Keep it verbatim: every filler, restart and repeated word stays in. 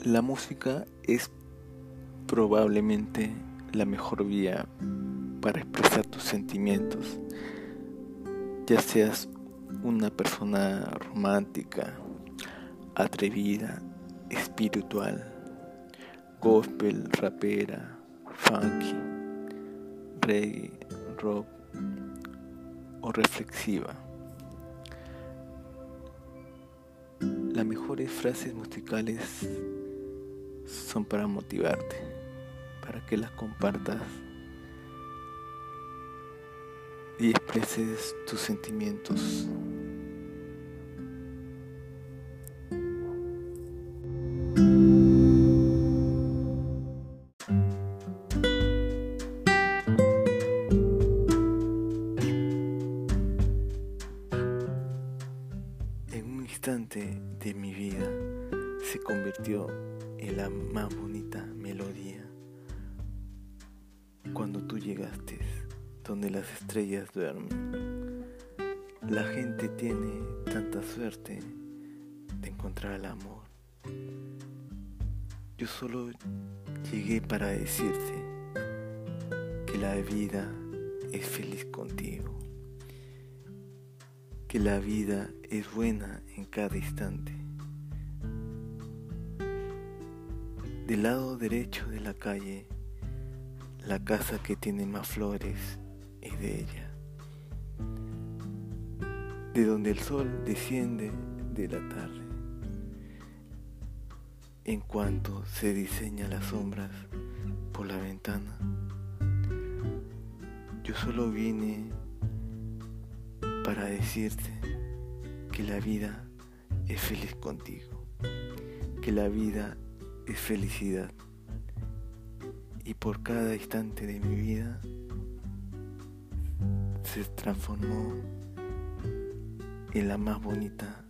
La música es probablemente la mejor vía para expresar tus sentimientos, ya seas una persona romántica, atrevida, espiritual, gospel, rapera, funky, reggae, rock o reflexiva. Las mejores frases musicales son para motivarte, para que las compartas y expreses tus sentimientos. En un instante de mi vida se convirtió en la más bonita melodía cuando tú llegaste donde las estrellas duermen. La gente tiene tanta suerte de encontrar el amor. Yo solo llegué para decirte que la vida es feliz contigo, que la vida es buena en cada instante. Del lado derecho de la calle, la casa que tiene más flores es de ella, de donde el sol desciende de la tarde. En cuanto se diseñan las sombras por la ventana, yo solo vine para decirte que la vida es feliz contigo, que la vida es felicidad, y por cada instante de mi vida se transformó en la más bonita